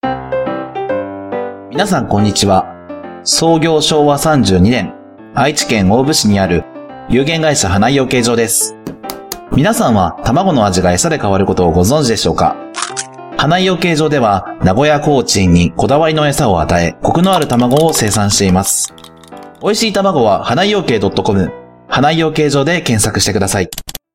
皆さんこんにちは。創業昭和32年、愛知県大府市にある有限会社花井養鶏場です。皆さんは卵の味が餌で変わることをご存知でしょうか？花井養鶏場では名古屋コーチンにこだわりの餌を与え、コクのある卵を生産しています。美味しい卵は花井養鶏 .com、花井養鶏場で検索してください。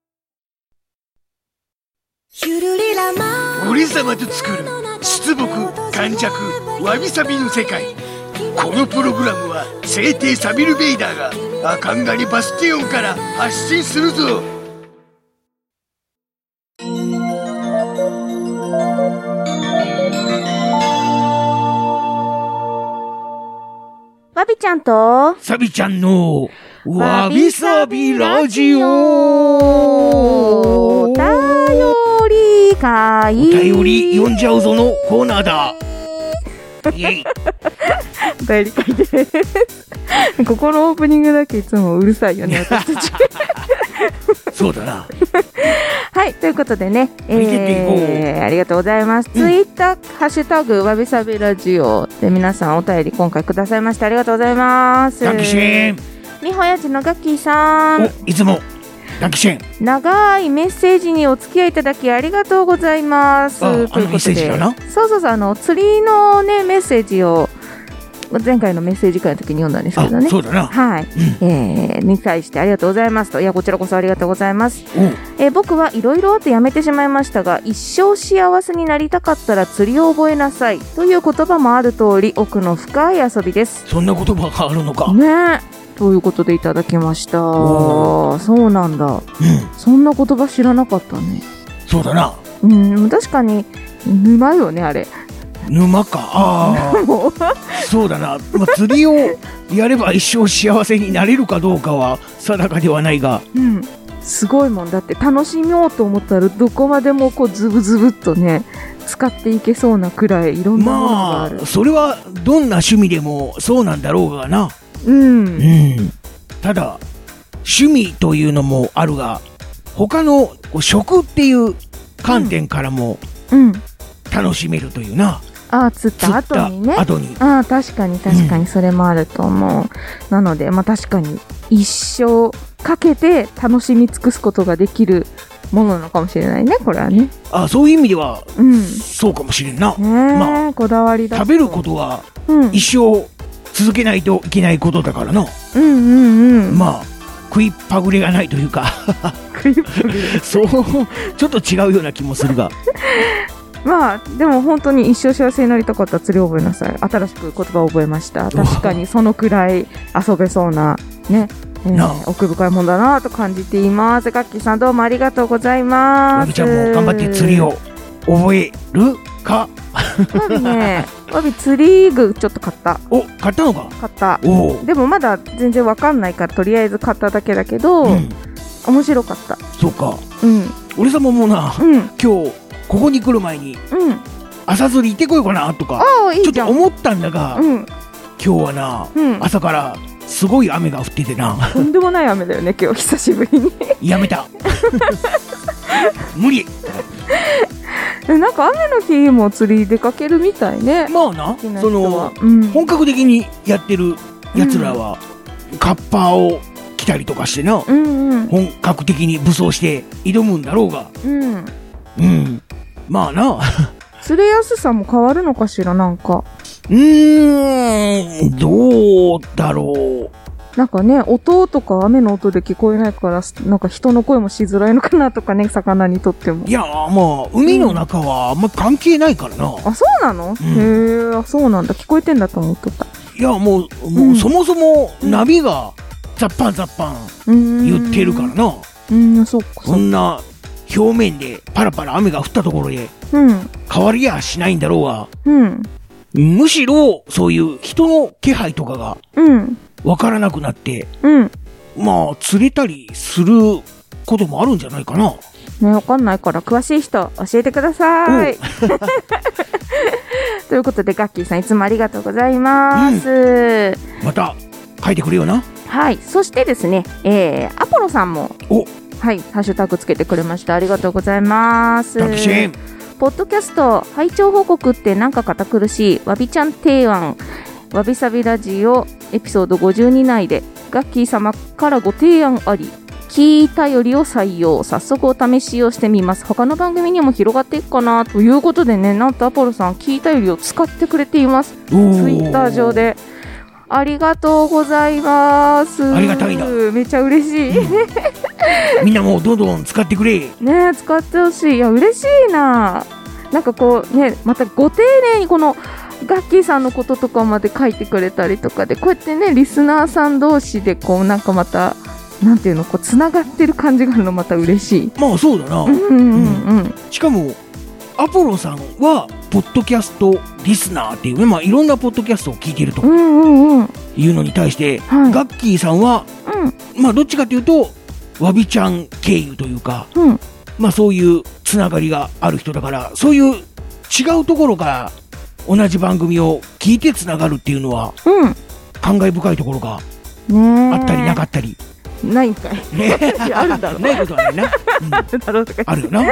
俺様と作る出木、感弱、わびさびの世界。このプログラムは聖帝サビル・ベイダーがアカンガリバスティオンから発信するぞ。 わびちゃんとサビちゃんのわびさびラジオ。 お便り会。 お便り読んじゃうぞのコーナーだ。イエイ。 お便り会です。ここのオープニングだけいつもうるさいよね、私たち。 そうだな。 はい、ということでね、 見てっていこう。 ありがとうございます。ツイッター、ハッシュタグ、わびさびラジオで皆さんお便り今回くださいましてありがとうございます。 ダンキシェーン。 みほやじのガッキーさん。 お、いつも。ダンキシェーン。 長いメッセージにお付き合いいただきありがとうございます。 あのメッセージだな。 そうそうそう、釣りのね、メッセージを、前回のメッセージ会の時に読んだんですけどね。 そうだな。 はい。に対してありがとうございますと。いや、こちらこそありがとうございます。僕はいろいろあってやめてしまいましたが、一生幸せになりたかったら釣りを覚えなさいという言葉もある通り、奥の深い遊びです。 そんな言葉があるのか。 ね。ということでいただきました。そうなんだ。そんな言葉知らなかったね。 そうだな。 確かに、沼よね、あれ。 沼か。ああ。そうだな。釣りをやれば一生幸せになれるかどうかは定かではないが。 すごいもんだって、楽しみようと思ったらどこまでもこうズブズブっとね使っていけそうなくらいいろんなものがある。 それはどんな趣味でもそうなんだろうがな。ただ趣味というのもあるが、他の食っていう観点からも楽しめるというな。 釣った後にね。確かにそれもあると思う。なので確かに一生かけて楽しみ尽くすことができるものなのかもしれないね、これはね。 そういう意味では、そうかもしれんな。 こだわりだ。 食べることは一生続けないといけないことだからな。食いっぱぐれがないというかそうちょっと違うような気もするがでも本当に一生幸せになりたかったら釣りを覚えなさい。新しく言葉を覚えました。確かにそのくらい遊べそうなね、奥深いもんだなと感じています。ガッキーさんどうもありがとうございます。 わびちゃんも頑張って釣りを覚えるか。 わび釣り具ちょっと買った。 買ったのか。 買った。でもまだ全然わかんないからとりあえず買っただけだけど、面白かった。 そうか。俺様もな、今日ここに来る前に、朝釣り行ってこようかなとかちょっと思ったんだが、今日はな、朝からすごい雨が降っててな。 とんでもない雨だよね今日久しぶりに。 やめた。無理。 なんか雨の日も釣り出かけるみたいね。 その本格的にやってるやつらはカッパを着たりとかしてな、本格的に武装して挑むんだろうが、 釣れやすさも変わるのかしら。なんかどうだろう。 なんかね、音とか雨の音で聞こえないから、なんか人の声もしづらいのかなとかね、魚にとっても。 いや海の中はあんま関係ないからな。 そうなの？へえ、そうなんだ。聞こえてんだと思っとった。 いやもうそもそも波がザッパンザッパン言ってるからな。 そっか。 そんな表面でパラパラ雨が降ったところで変わりやしないんだろうが、むしろそういう人の気配とかがわからなくなって、釣れたりすることもあるんじゃないかな。 ね、わかんないから詳しい人教えてください。ということでガッキーさんいつもありがとうございます。 また書いてくれよな。 はい。そしてですね、アポロさんもハッシュタグつけてくれました。ありがとうございます。 ポッドキャスト拝聴報告ってなんか堅苦しい。わびちゃん提案。わびさびラジオエピソード52内でガッキー様からご提案あり。聞いたよりを採用。早速お試しをしてみます。他の番組にも広がっていくかなということでね、なんとアポロさん聞いたよりを使ってくれています。ツイッター上で。ありがとうございます。 ありがたいな。 めっちゃ嬉しい。 みんなもうどんどん使ってくれ。 ね、使ってほしい。いや、嬉しいな。なんかこうね、またご丁寧にこのガッキーさんのこととかまで書いてくれたりとかで、こうやってね、リスナーさん同士でこうなんかまたなんていうの、こうつながってる感じがあるのまた嬉しい。 まあそうだな。しかもアポロさんはポッドキャストリスナーっていうね、まあいろんなポッドキャストを聞いてるというのに対して、ガッキーさんは、まあどっちかというとわびちゃん経由というか、まあそういうつながりがある人だから、そういう違うところから同じ番組を聞いてつながるっていうのは、感慨深いところがあったりなかったり。 ないんかい。あるだろう。 ないことはないな。あるよな。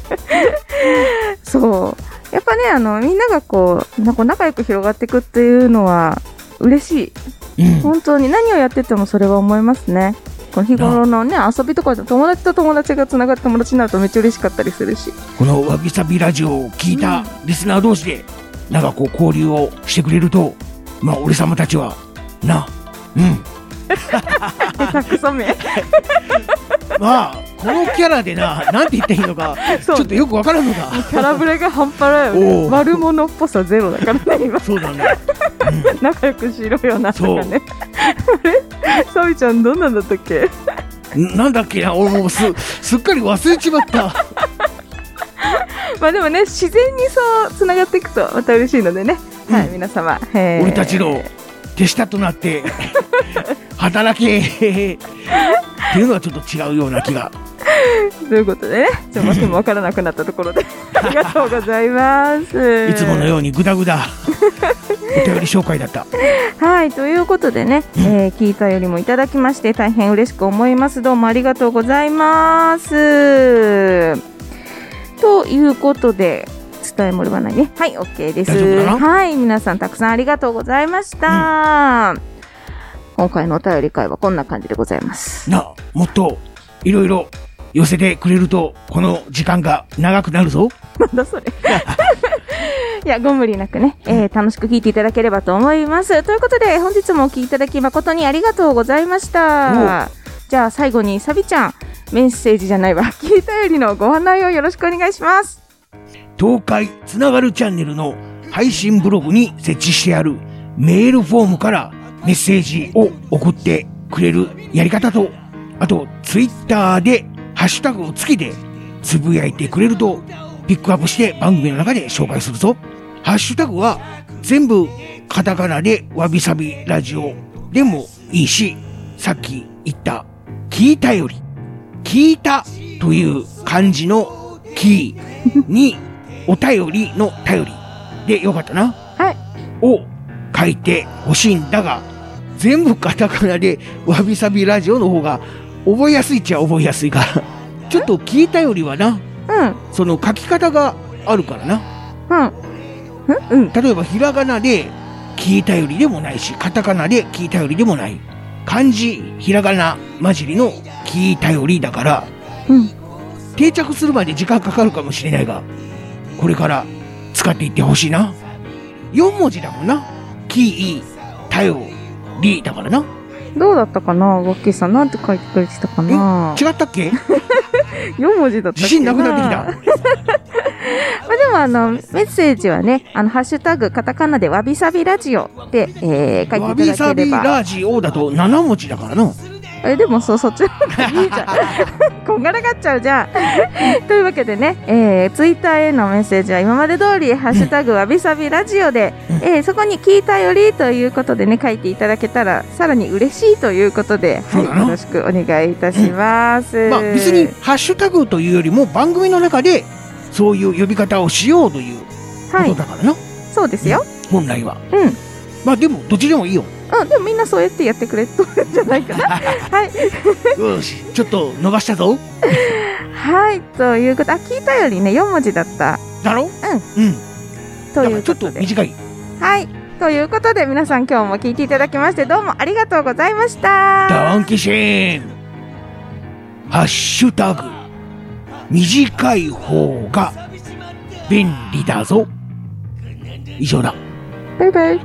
そう。やっぱね、みんながこう仲良く広がっていくっていうのは嬉しい。本当に何をやっててもそれは思いますね。この日頃のね、遊びとかで友達と友達がつながって友達になるとめっちゃ嬉しかったりするし。 このわびさびラジオを聞いたリスナー同士で、なんかこう交流をしてくれると、まあ俺様たちは、 下手くそめ。 まあこのキャラでなんて言っていいのかちょっとよくわからんのだ。 キャラブレが半端ないよね。悪者っぽさゼロだからね今。 そうだね。 仲良くしろよなとかね。あれ、サビちゃんどんなんだったっけ？ なんだっけな、俺もうすっかり忘れちまった。 まあでもね、自然にそうつながっていくとまた嬉しいのでね。はい、皆様。 俺たちの手下となって働けっていうのはちょっと違うような気が。 ということでね、ちょっと分からなくなったところでありがとうございます。 いつものようにグダグダお便り紹介だった。 はい、ということでね、聞いたよりもいただきまして大変嬉しく思います。どうもありがとうございます。ということで伝え盛りはないね。はい、 OK です。はい、皆さんたくさんありがとうございました。今回のお便り会はこんな感じでございます。 もっといろいろ寄せてくれるとこの時間が長くなるぞ。 なんだそれ。いや、ご無理なくね、楽しく聞いていただければと思います。ということで本日もお聞きいただき誠にありがとうございました。じゃあ最後にサビちゃん、メッセージじゃないわ、聞いたよりのご案内をよろしくお願いします。 東海つながるチャンネルの配信ブログに設置してあるメールフォームからメッセージを送ってくれるやり方と、あとツイッターでハッシュタグをつけてつぶやいてくれるとピックアップして番組の中で紹介するぞ。ハッシュタグは全部カタカナでわびさびラジオでもいいし、さっき言った聞いたより、聞いたという漢字のキーにお便りの頼りでよかったな。 はい。 を書いてほしいんだが、全部カタカナでわびさびラジオの方が覚えやすいっちゃ覚えやすいから、ちょっと聞いたよりはな、その書き方があるからな。例えばひらがなで聞いたよりでもないし、カタカナで聞いたよりでもない。漢字ひらがな混じりの聞いたよりだから、定着するまで時間かかるかもしれないが、これから使っていってほしいな。4文字だもんな。聞いたよりだからな。 どうだったかな、ゴッキーさん、なんて書いてくれてたかな。 違ったっけ ？4文字だったっけな。 自信なくなってきた。 まあでもメッセージはね、ハッシュタグカタカナでわびさびラジオで、書いていただければ。 わびさびラジオだと7文字だからな。 でもそっちの方がいいじゃん。こんがらがっちゃうじゃん。というわけでね、ツイッターへのメッセージは今まで通りハッシュタグわびさびラジオで、そこに聞いたよりということでね、書いていただけたらさらに嬉しいということで、はい、よろしくお願いいたします。 まあ別にハッシュタグというよりも番組の中でそういう呼び方をしようということだからな。 そうですよ。 本来は。まあでもどっちでもいいよ。 でもみんなそうやってやってくれとるんじゃないかな。はい。 よし、ちょっと伸ばしたぞ。 はい、ということ、聞いたよりね、4文字だっただろ？ということで。ちょっと短い。 はい。ということで、皆さん今日も聞いていただきまして、どうもありがとうございました。 ダンケシェーン。ハッシュタグ。短い方が便利だぞ。以上だ。 バイバイ。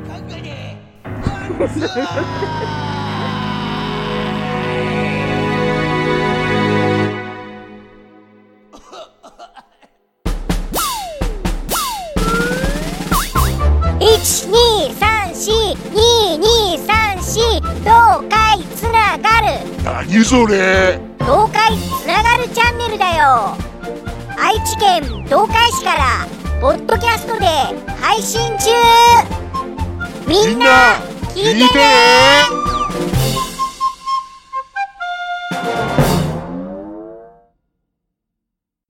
東海つながる。 何それ？ 東海つながるチャンネルだよ。愛知県東海市からポッドキャストで配信中。みんな聞いてね。